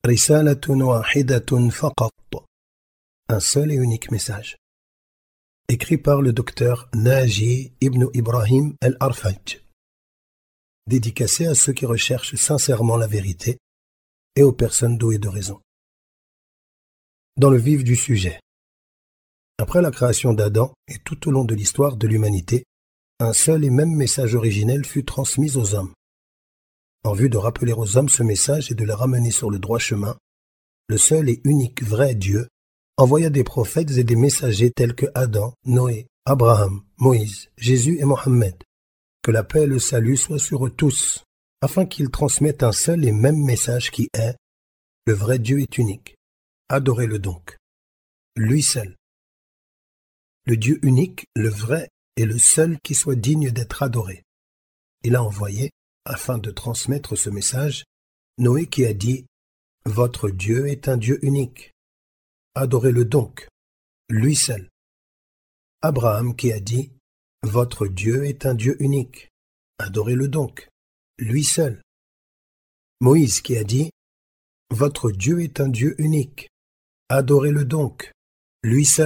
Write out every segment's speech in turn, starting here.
Risalatun wahidatun faqat. Un seul et unique message. Écrit par le docteur Naji ibn Ibrahim al-Arfaj. Dédicacé à ceux qui recherchent sincèrement la vérité et aux personnes douées de raison. Dans le vif du sujet. Après la création d'Adam et tout au long de l'histoire de l'humanité, un seul et même message originel fut transmis aux hommes. En vue de rappeler aux hommes ce message et de les ramener sur le droit chemin, le seul et unique vrai Dieu envoya des prophètes et des messagers tels que Adam, Noé, Abraham, Moïse, Jésus et Mohammed. Que la paix et le salut soient sur eux tous, afin qu'ils transmettent un seul et même message qui est « Le vrai Dieu est unique. Adorez-le donc. Lui seul. » Le Dieu unique, le vrai, est le seul qui soit digne d'être adoré. Il a envoyé, afin de transmettre ce message, Noé qui a dit « Votre Dieu est un Dieu unique. Adorez-le donc, lui seul. » Abraham qui a dit « Votre Dieu est un Dieu unique. Adorez-le donc, lui seul. » Moïse qui a dit « Votre Dieu est un Dieu unique. Adorez-le donc, lui seul. »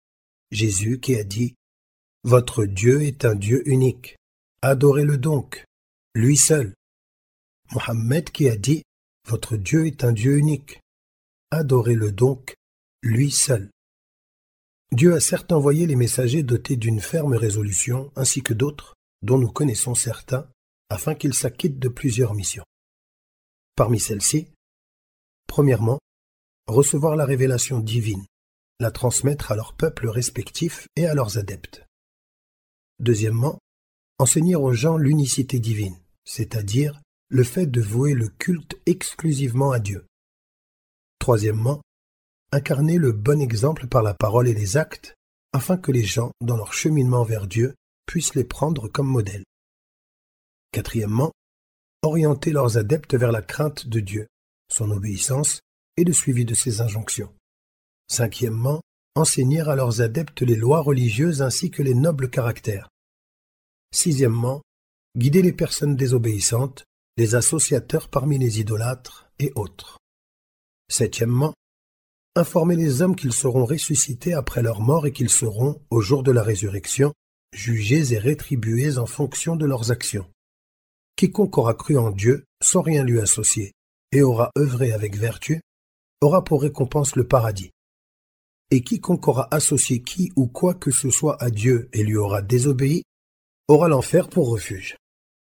Jésus qui a dit « Votre Dieu est un Dieu unique. Adorez-le donc, lui seul. » Mohammed qui a dit « Votre Dieu est un Dieu unique. Adorez-le donc, lui seul. » Dieu a certes envoyé les messagers dotés d'une ferme résolution, ainsi que d'autres, dont nous connaissons certains, afin qu'ils s'acquittent de plusieurs missions. Parmi celles-ci, premièrement, recevoir la révélation divine, la transmettre à leurs peuples respectifs et à leurs adeptes. Deuxièmement, enseigner aux gens l'unicité divine, c'est-à-dire le fait de vouer le culte exclusivement à Dieu. Troisièmement, incarner le bon exemple par la parole et les actes, afin que les gens, dans leur cheminement vers Dieu, puissent les prendre comme modèles. Quatrièmement, orienter leurs adeptes vers la crainte de Dieu, son obéissance et le suivi de ses injonctions. Cinquièmement, enseigner à leurs adeptes les lois religieuses ainsi que les nobles caractères. Sixièmement, guider les personnes désobéissantes, les associateurs parmi les idolâtres et autres. Septièmement, informer les hommes qu'ils seront ressuscités après leur mort et qu'ils seront, au jour de la résurrection, jugés et rétribués en fonction de leurs actions. Quiconque aura cru en Dieu sans rien lui associer et aura œuvré avec vertu, aura pour récompense le paradis. Et quiconque aura associé qui ou quoi que ce soit à Dieu et lui aura désobéi, aura l'enfer pour refuge.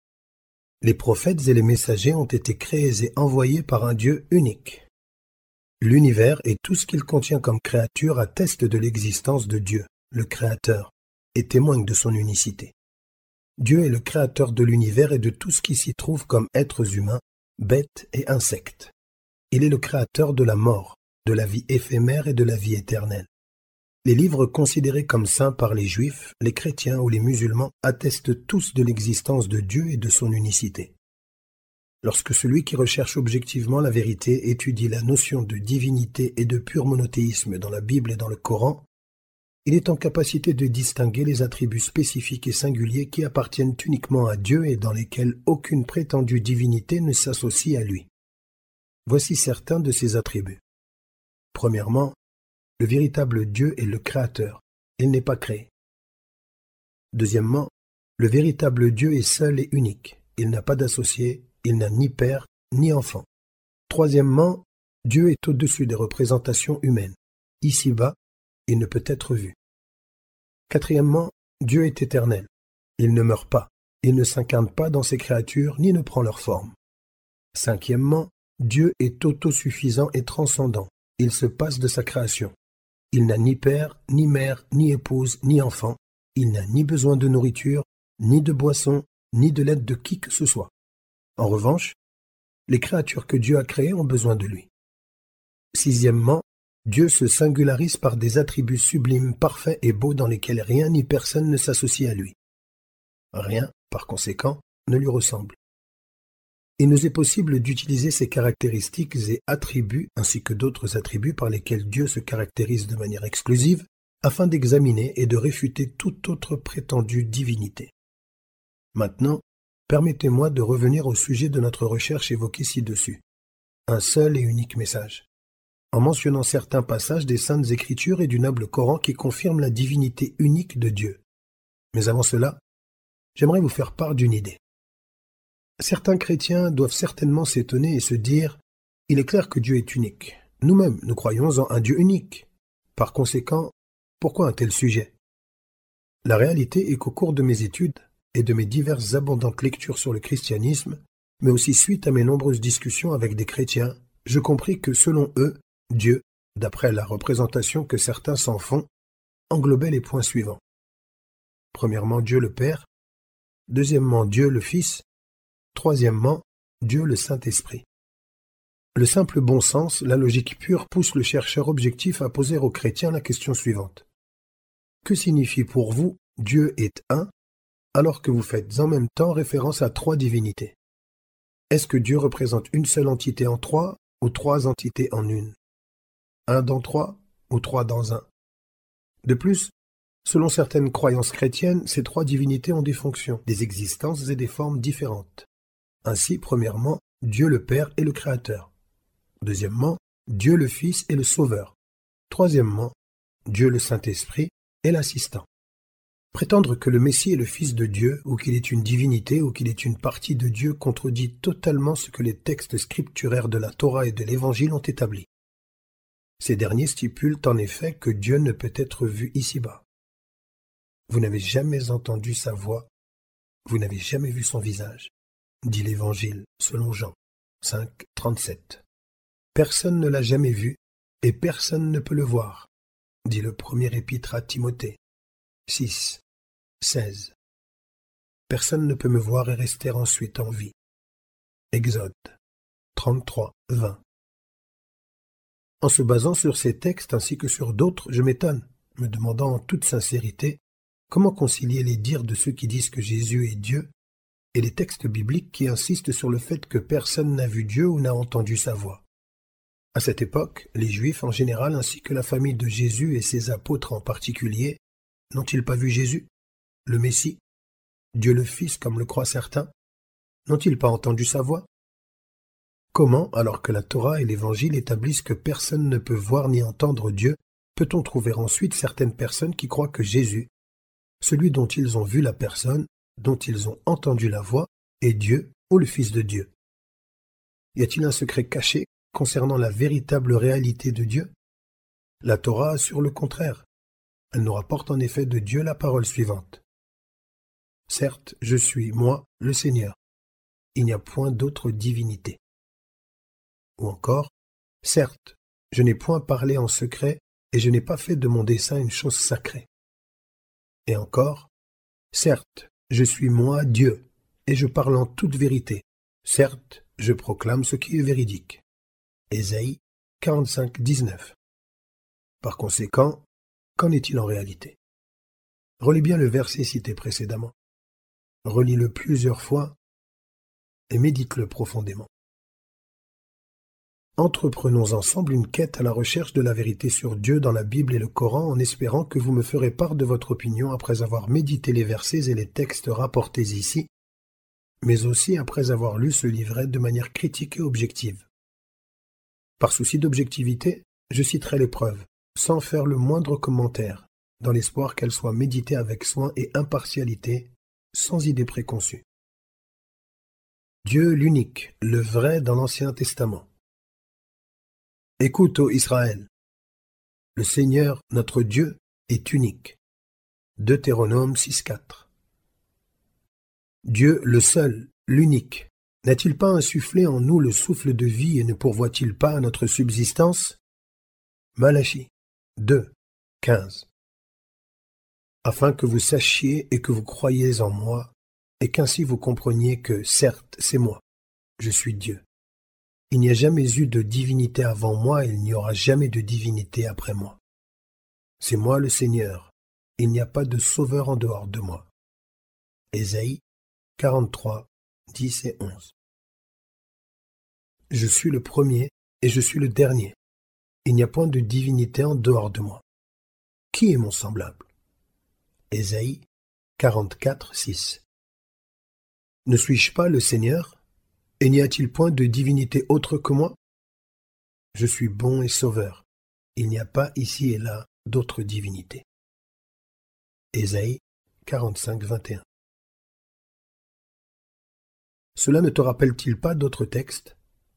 Les prophètes et les messagers ont été créés et envoyés par un Dieu unique. L'univers et tout ce qu'il contient comme créature attestent de l'existence de Dieu, le Créateur, et témoignent de son unicité. Dieu est le créateur de l'univers et de tout ce qui s'y trouve comme êtres humains, bêtes et insectes. Il est le créateur de la mort, de la vie éphémère et de la vie éternelle. Les livres considérés comme saints par les Juifs, les chrétiens ou les musulmans attestent tous de l'existence de Dieu et de son unicité. Lorsque celui qui recherche objectivement la vérité étudie la notion de divinité et de pur monothéisme dans la Bible et dans le Coran, il est en capacité de distinguer les attributs spécifiques et singuliers qui appartiennent uniquement à Dieu et dans lesquels aucune prétendue divinité ne s'associe à lui. Voici certains de ces attributs. Premièrement, le véritable Dieu est le Créateur. Il n'est pas créé. Deuxièmement, le véritable Dieu est seul et unique. Il n'a pas d'associé, il n'a ni père ni enfant. Troisièmement, Dieu est au-dessus des représentations humaines. Ici-bas, il ne peut être vu. Quatrièmement, Dieu est éternel. Il ne meurt pas, il ne s'incarne pas dans ses créatures ni ne prend leur forme. Cinquièmement, Dieu est autosuffisant et transcendant. Il se passe de sa création. Il n'a ni père, ni mère, ni épouse, ni enfant. Il n'a ni besoin de nourriture, ni de boisson, ni de l'aide de qui que ce soit. En revanche, les créatures que Dieu a créées ont besoin de lui. Sixièmement, Dieu se singularise par des attributs sublimes, parfaits et beaux dans lesquels rien ni personne ne s'associe à lui. Rien, par conséquent, ne lui ressemble. Il nous est possible d'utiliser ces caractéristiques et attributs ainsi que d'autres attributs par lesquels Dieu se caractérise de manière exclusive afin d'examiner et de réfuter toute autre prétendue divinité. Maintenant, permettez-moi de revenir au sujet de notre recherche évoquée ci-dessus. un seul et unique message, en mentionnant certains passages des Saintes Écritures et du noble Coran qui confirment la divinité unique de Dieu. Mais avant cela, j'aimerais vous faire part d'une idée. Certains chrétiens doivent certainement s'étonner et se dire « Il est clair que Dieu est unique. Nous-mêmes, nous croyons en un Dieu unique. Par conséquent, pourquoi un tel sujet ?» La réalité est qu'au cours de mes études et de mes diverses abondantes lectures sur le christianisme, mais aussi suite à mes nombreuses discussions avec des chrétiens, je compris que selon eux, Dieu, d'après la représentation que certains s'en font, englobait les points suivants. Premièrement, Dieu le Père. Deuxièmement, Dieu le Fils. Troisièmement, Dieu le Saint-Esprit. Le simple bon sens, la logique pure pousse le chercheur objectif à poser aux chrétiens la question suivante. Que signifie pour vous « Dieu est un » alors que vous faites en même temps référence à trois divinités? Est-ce que Dieu représente une seule entité en trois ou trois entités en une? Un dans trois ou trois dans un? De plus, selon certaines croyances chrétiennes, ces trois divinités ont des fonctions, des existences et des formes différentes. Ainsi, premièrement, Dieu le Père est le Créateur. Deuxièmement, Dieu le Fils est le Sauveur. Troisièmement, Dieu le Saint-Esprit est l'assistant. Prétendre que le Messie est le Fils de Dieu, ou qu'il est une divinité, ou qu'il est une partie de Dieu, contredit totalement ce que les textes scripturaires de la Torah et de l'Évangile ont établi. Ces derniers stipulent en effet que Dieu ne peut être vu ici-bas. Vous n'avez jamais entendu sa voix, vous n'avez jamais vu son visage, dit l'Évangile selon Jean 5, 37. Personne ne l'a jamais vu, et personne ne peut le voir, dit le premier épître à Timothée 6, 16. Personne ne peut me voir et rester ensuite en vie. Exode 33, 20. En se basant sur ces textes ainsi que sur d'autres, je m'étonne, me demandant en toute sincérité comment concilier les dires de ceux qui disent que Jésus est Dieu et les textes bibliques qui insistent sur le fait que personne n'a vu Dieu ou n'a entendu sa voix. À cette époque, les Juifs en général ainsi que la famille de Jésus et ses apôtres en particulier, n'ont-ils pas vu Jésus, le Messie, Dieu le Fils comme le croient certains? N'ont-ils pas entendu sa voix? Comment, alors que la Torah et l'Évangile établissent que personne ne peut voir ni entendre Dieu, peut-on trouver ensuite certaines personnes qui croient que Jésus, celui dont ils ont vu la personne, dont ils ont entendu la voix, est Dieu ou le Fils de Dieu? Y a-t-il un secret caché concernant la véritable réalité de Dieu? La Torah assure le contraire. Elle nous rapporte en effet de Dieu la parole suivante. Certes, je suis, moi, le Seigneur. Il n'y a point d'autre divinité. Ou encore, certes, je n'ai point parlé en secret et je n'ai pas fait de mon dessein une chose sacrée. Et encore, certes, je suis moi, Dieu, et je parle en toute vérité. Certes, je proclame ce qui est véridique. Ésaïe 45, 19. Par conséquent, qu'en est-il en réalité? Relis bien le verset cité précédemment. Relis-le plusieurs fois et médite-le profondément. Entreprenons ensemble une quête à la recherche de la vérité sur Dieu dans la Bible et le Coran en espérant que vous me ferez part de votre opinion après avoir médité les versets et les textes rapportés ici, mais aussi après avoir lu ce livret de manière critique et objective. Par souci d'objectivité, je citerai les preuves, sans faire le moindre commentaire, dans l'espoir qu'elles soient méditées avec soin et impartialité, sans idée préconçue. Dieu l'unique, le vrai dans l'Ancien Testament. Écoute, ô Israël, le Seigneur, notre Dieu, est unique. Deutéronome 6.4. Dieu, le seul, l'unique, n'a-t-il pas insufflé en nous le souffle de vie et ne pourvoit-il pas à notre subsistance? Malachie 2.15. Afin que vous sachiez et que vous croyiez en moi, et qu'ainsi vous compreniez que, certes, c'est moi, je suis Dieu. Il n'y a jamais eu de divinité avant moi et il n'y aura jamais de divinité après moi. C'est moi le Seigneur, il n'y a pas de sauveur en dehors de moi. Ésaïe 43, 10 et 11. Je suis le premier et je suis le dernier. Il n'y a point de divinité en dehors de moi. Qui est mon semblable? Ésaïe 44, 6. Ne suis-je pas le Seigneur? Et n'y a-t-il point de divinité autre que moi? Je suis bon et sauveur. Il n'y a pas ici et là d'autres divinités. Ésaïe 45, 21. Cela ne te rappelle-t-il pas d'autres textes?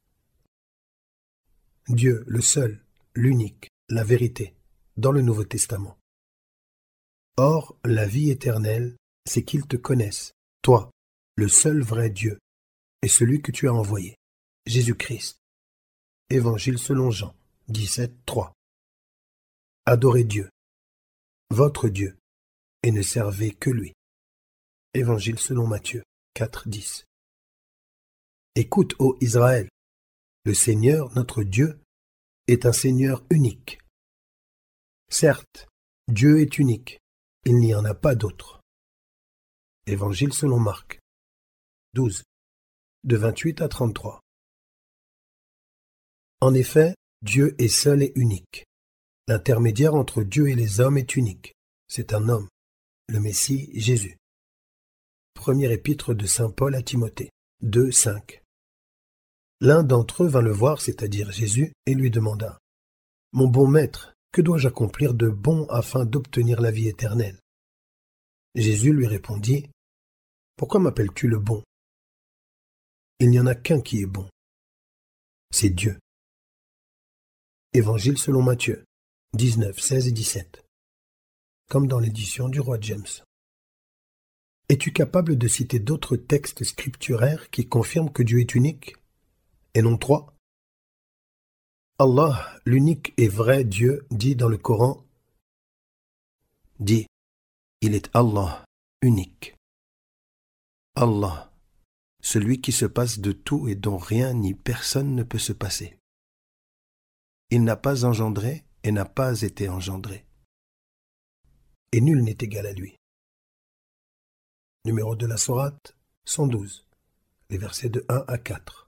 Dieu, le seul, l'unique, la vérité, dans le Nouveau Testament. Or, la vie éternelle, c'est qu'ils te connaissent, toi, le seul vrai Dieu, et celui que tu as envoyé, Jésus-Christ. Évangile selon Jean 17, 3. Adorez Dieu, votre Dieu, et ne servez que lui. Évangile selon Matthieu 4, 10. Écoute, ô Israël, le Seigneur, notre Dieu, est un Seigneur unique. Certes, Dieu est unique, il n'y en a pas d'autre. Évangile selon Marc 12, de 28 à 33. En effet, Dieu est seul et unique. L'intermédiaire entre Dieu et les hommes est unique. C'est un homme, le Messie Jésus. Première épître de saint Paul à Timothée 2, 5. L'un d'entre eux vint le voir, c'est-à-dire Jésus, et lui demanda : « Mon bon maître, que dois-je accomplir de bon afin d'obtenir la vie éternelle ?» Jésus lui répondit : « Pourquoi m'appelles-tu le bon ? Il n'y en a qu'un qui est bon. C'est Dieu. » Évangile selon Matthieu 19, 16 et 17. Comme dans l'édition du roi James. Es-tu capable de citer d'autres textes scripturaires qui confirment que Dieu est unique, et non trois? Allah, l'unique et vrai Dieu, dit dans le Coran, dit, il est Allah, unique. Allah, celui qui se passe de tout et dont rien ni personne ne peut se passer. Il n'a pas engendré et n'a pas été engendré. Et nul n'est égal à lui. Numéro de la sourate 112, les versets de 1 à 4.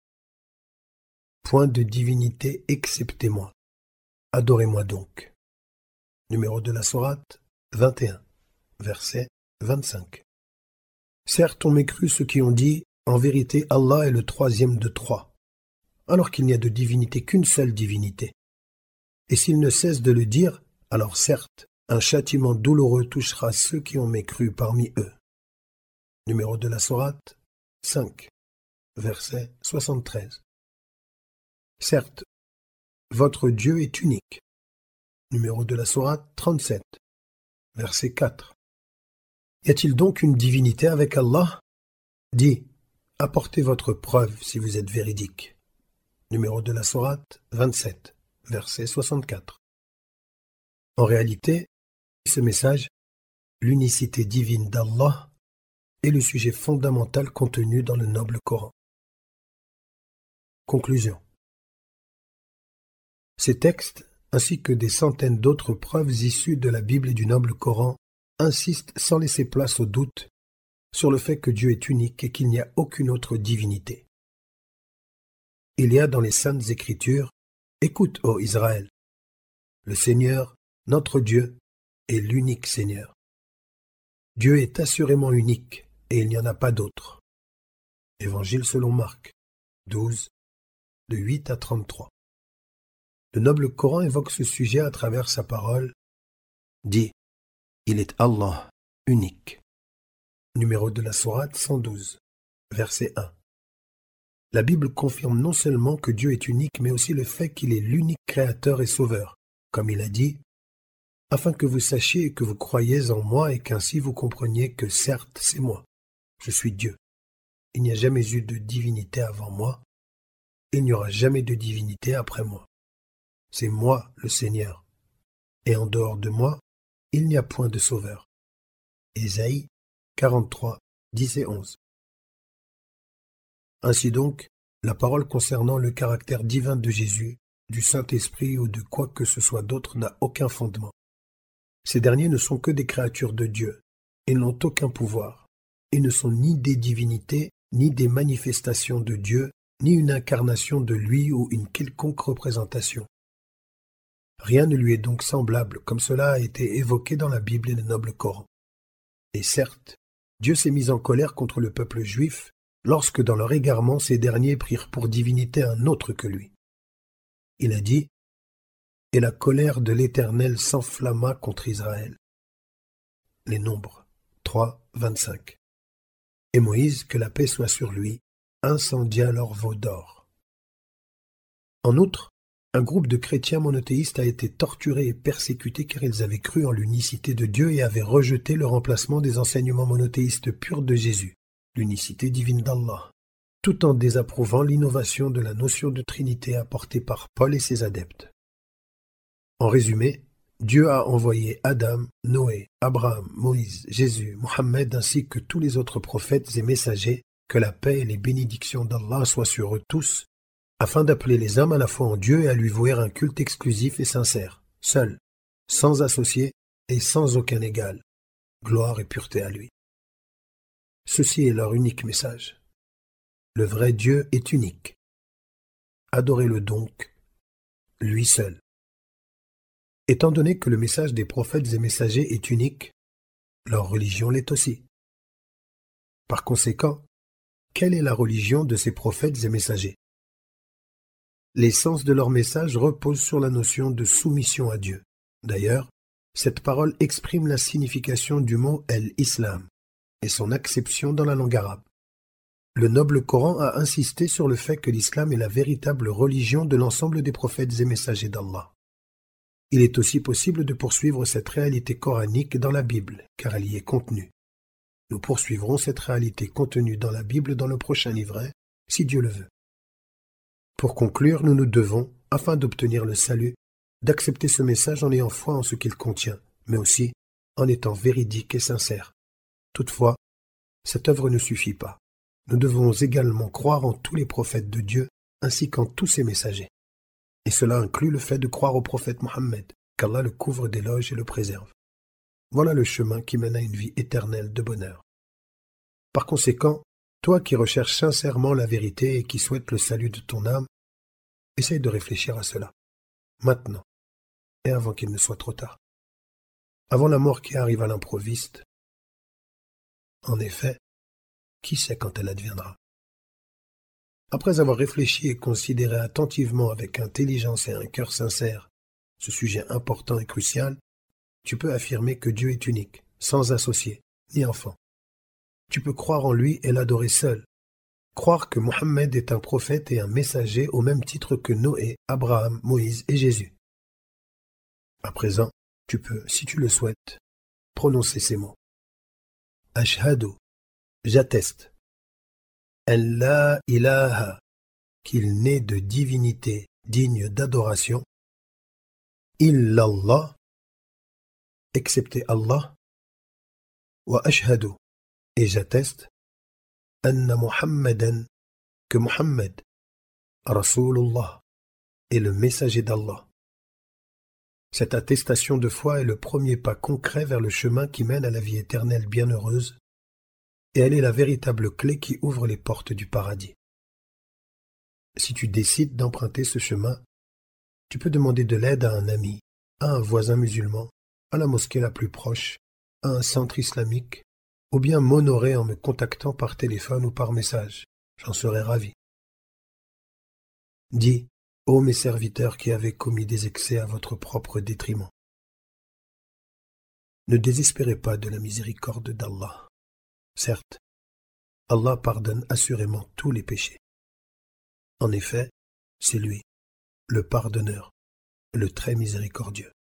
Point de divinité excepté moi. Adorez-moi donc. Numéro de la sourate 21, verset 25. Certes, on mécru ceux qui ont dit « En vérité, Allah est le troisième de trois », alors qu'il n'y a de divinité qu'une seule divinité. Et s'ils ne cessent de le dire, alors certes, un châtiment douloureux touchera ceux qui ont mécru parmi eux. Numéro de la sourate 5, verset 73. Certes, votre Dieu est unique. Numéro de la sourate 37, verset 4. Y a-t-il donc une divinité avec Allah? Dis, apportez votre preuve si vous êtes véridique. Numéro de la sourate 27, verset 64. En réalité, ce message, l'unicité divine d'Allah, est le sujet fondamental contenu dans le noble Coran. Conclusion. Ces textes, ainsi que des centaines d'autres preuves issues de la Bible et du noble Coran, insistent sans laisser place au doute sur le fait que Dieu est unique et qu'il n'y a aucune autre divinité. Il y a dans les Saintes Écritures « Écoute, ô Israël, le Seigneur, notre Dieu, est l'unique Seigneur. Dieu est assurément unique et il n'y en a pas d'autre. » Évangile selon Marc 12, de 8 à 33. Le noble Coran évoque ce sujet à travers sa parole. Dit, il est Allah, unique. Numéro de la sourate 112, verset 1. La Bible confirme non seulement que Dieu est unique, mais aussi le fait qu'il est l'unique créateur et sauveur, comme il a dit, afin que vous sachiez et que vous croyiez en moi et qu'ainsi vous compreniez que certes c'est moi, je suis Dieu. Il n'y a jamais eu de divinité avant moi, il n'y aura jamais de divinité après moi. C'est moi le Seigneur, et en dehors de moi, il n'y a point de sauveur. Ésaïe 43, 10 et 11. Ainsi donc, la parole concernant le caractère divin de Jésus, du Saint-Esprit ou de quoi que ce soit d'autre n'a aucun fondement. Ces derniers ne sont que des créatures de Dieu, ils n'ont aucun pouvoir. Ils ne sont ni des divinités, ni des manifestations de Dieu, ni une incarnation de lui ou une quelconque représentation. Rien ne lui est donc semblable, comme cela a été évoqué dans la Bible et le noble Coran. Et certes, Dieu s'est mis en colère contre le peuple juif lorsque dans leur égarement ces derniers prirent pour divinité un autre que lui. Il a dit: « Et la colère de l'Éternel s'enflamma contre Israël. » Les Nombres 3, 25. Et Moïse, que la paix soit sur lui, incendia leur veau d'or. En outre, un groupe de chrétiens monothéistes a été torturé et persécuté car ils avaient cru en l'unicité de Dieu et avaient rejeté le remplacement des enseignements monothéistes purs de Jésus, l'unicité divine d'Allah, tout en désapprouvant l'innovation de la notion de Trinité apportée par Paul et ses adeptes. En résumé, Dieu a envoyé Adam, Noé, Abraham, Moïse, Jésus, Mohammed ainsi que tous les autres prophètes et messagers, que la paix et les bénédictions d'Allah soient sur eux tous, afin d'appeler les hommes à la foi en Dieu et à lui vouer un culte exclusif et sincère, seul, sans associé et sans aucun égal. Gloire et pureté à lui. Ceci est leur unique message. Le vrai Dieu est unique. Adorez-le donc, lui seul. Étant donné que le message des prophètes et messagers est unique, leur religion l'est aussi. Par conséquent, quelle est la religion de ces prophètes et messagers? L'essence de leur message repose sur la notion de soumission à Dieu. D'ailleurs, cette parole exprime la signification du mot el-Islam et son acception dans la langue arabe. Le noble Coran a insisté sur le fait que l'islam est la véritable religion de l'ensemble des prophètes et messagers d'Allah. Il est aussi possible de poursuivre cette réalité coranique dans la Bible, car elle y est contenue. Nous poursuivrons cette réalité contenue dans la Bible dans le prochain livret, si Dieu le veut. Pour conclure, nous nous devons, afin d'obtenir le salut, d'accepter ce message en ayant foi en ce qu'il contient, mais aussi en étant véridique et sincère. Toutefois, cette œuvre ne suffit pas. Nous devons également croire en tous les prophètes de Dieu, ainsi qu'en tous ses messagers. Et cela inclut le fait de croire au prophète Mohammed, qu'Allah le couvre d'éloges et le préserve. Voilà le chemin qui mène à une vie éternelle de bonheur. Par conséquent, toi qui recherches sincèrement la vérité et qui souhaites le salut de ton âme, essaye de réfléchir à cela, maintenant, et avant qu'il ne soit trop tard. Avant la mort qui arrive à l'improviste. En effet, qui sait quand elle adviendra? Après avoir réfléchi et considéré attentivement avec intelligence et un cœur sincère ce sujet important et crucial, tu peux affirmer que Dieu est unique, sans associé, ni enfant. Tu peux croire en lui et l'adorer seul. Croire que Mohammed est un prophète et un messager au même titre que Noé, Abraham, Moïse et Jésus. À présent, tu peux, si tu le souhaites, prononcer ces mots. Ashhadu, j'atteste. En la ilaha, qu'il n'est de divinité digne d'adoration, illallah, excepté Allah, wa ashhadu, et j'atteste, anna Muhammadan, que Muhammad, Rasulullah, est le messager d'Allah. Cette attestation de foi est le premier pas concret vers le chemin qui mène à la vie éternelle bienheureuse, et elle est la véritable clé qui ouvre les portes du paradis. Si tu décides d'emprunter ce chemin, tu peux demander de l'aide à un ami, à un voisin musulman, à la mosquée la plus proche, à un centre islamique, ou bien m'honorer en me contactant par téléphone ou par message. J'en serai ravi. Dis, ô mes serviteurs qui avez commis des excès à votre propre détriment. Ne désespérez pas de la miséricorde d'Allah. Certes, Allah pardonne assurément tous les péchés. En effet, c'est lui, le pardonneur, le très miséricordieux.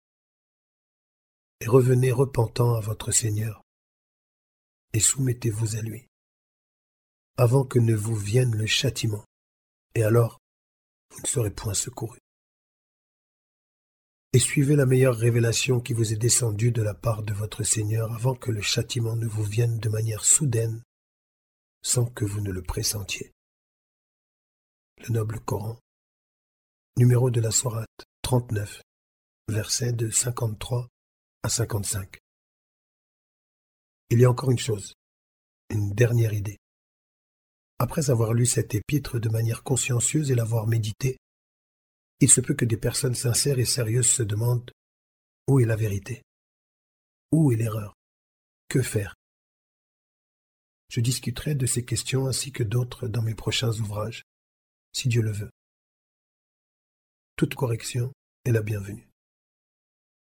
Et revenez repentant à votre Seigneur, et soumettez-vous à lui, avant que ne vous vienne le châtiment, et alors vous ne serez point secourus. Et suivez la meilleure révélation qui vous est descendue de la part de votre Seigneur avant que le châtiment ne vous vienne de manière soudaine, sans que vous ne le pressentiez. Le noble Coran, numéro de la sourate 39, versets de 53 à 55. Il y a encore une chose, une dernière idée. Après avoir lu cet épître de manière consciencieuse et l'avoir médité, il se peut que des personnes sincères et sérieuses se demandent « Où est la vérité? Où est l'erreur? Que faire ?» Je discuterai de ces questions ainsi que d'autres dans mes prochains ouvrages, si Dieu le veut. Toute correction est la bienvenue.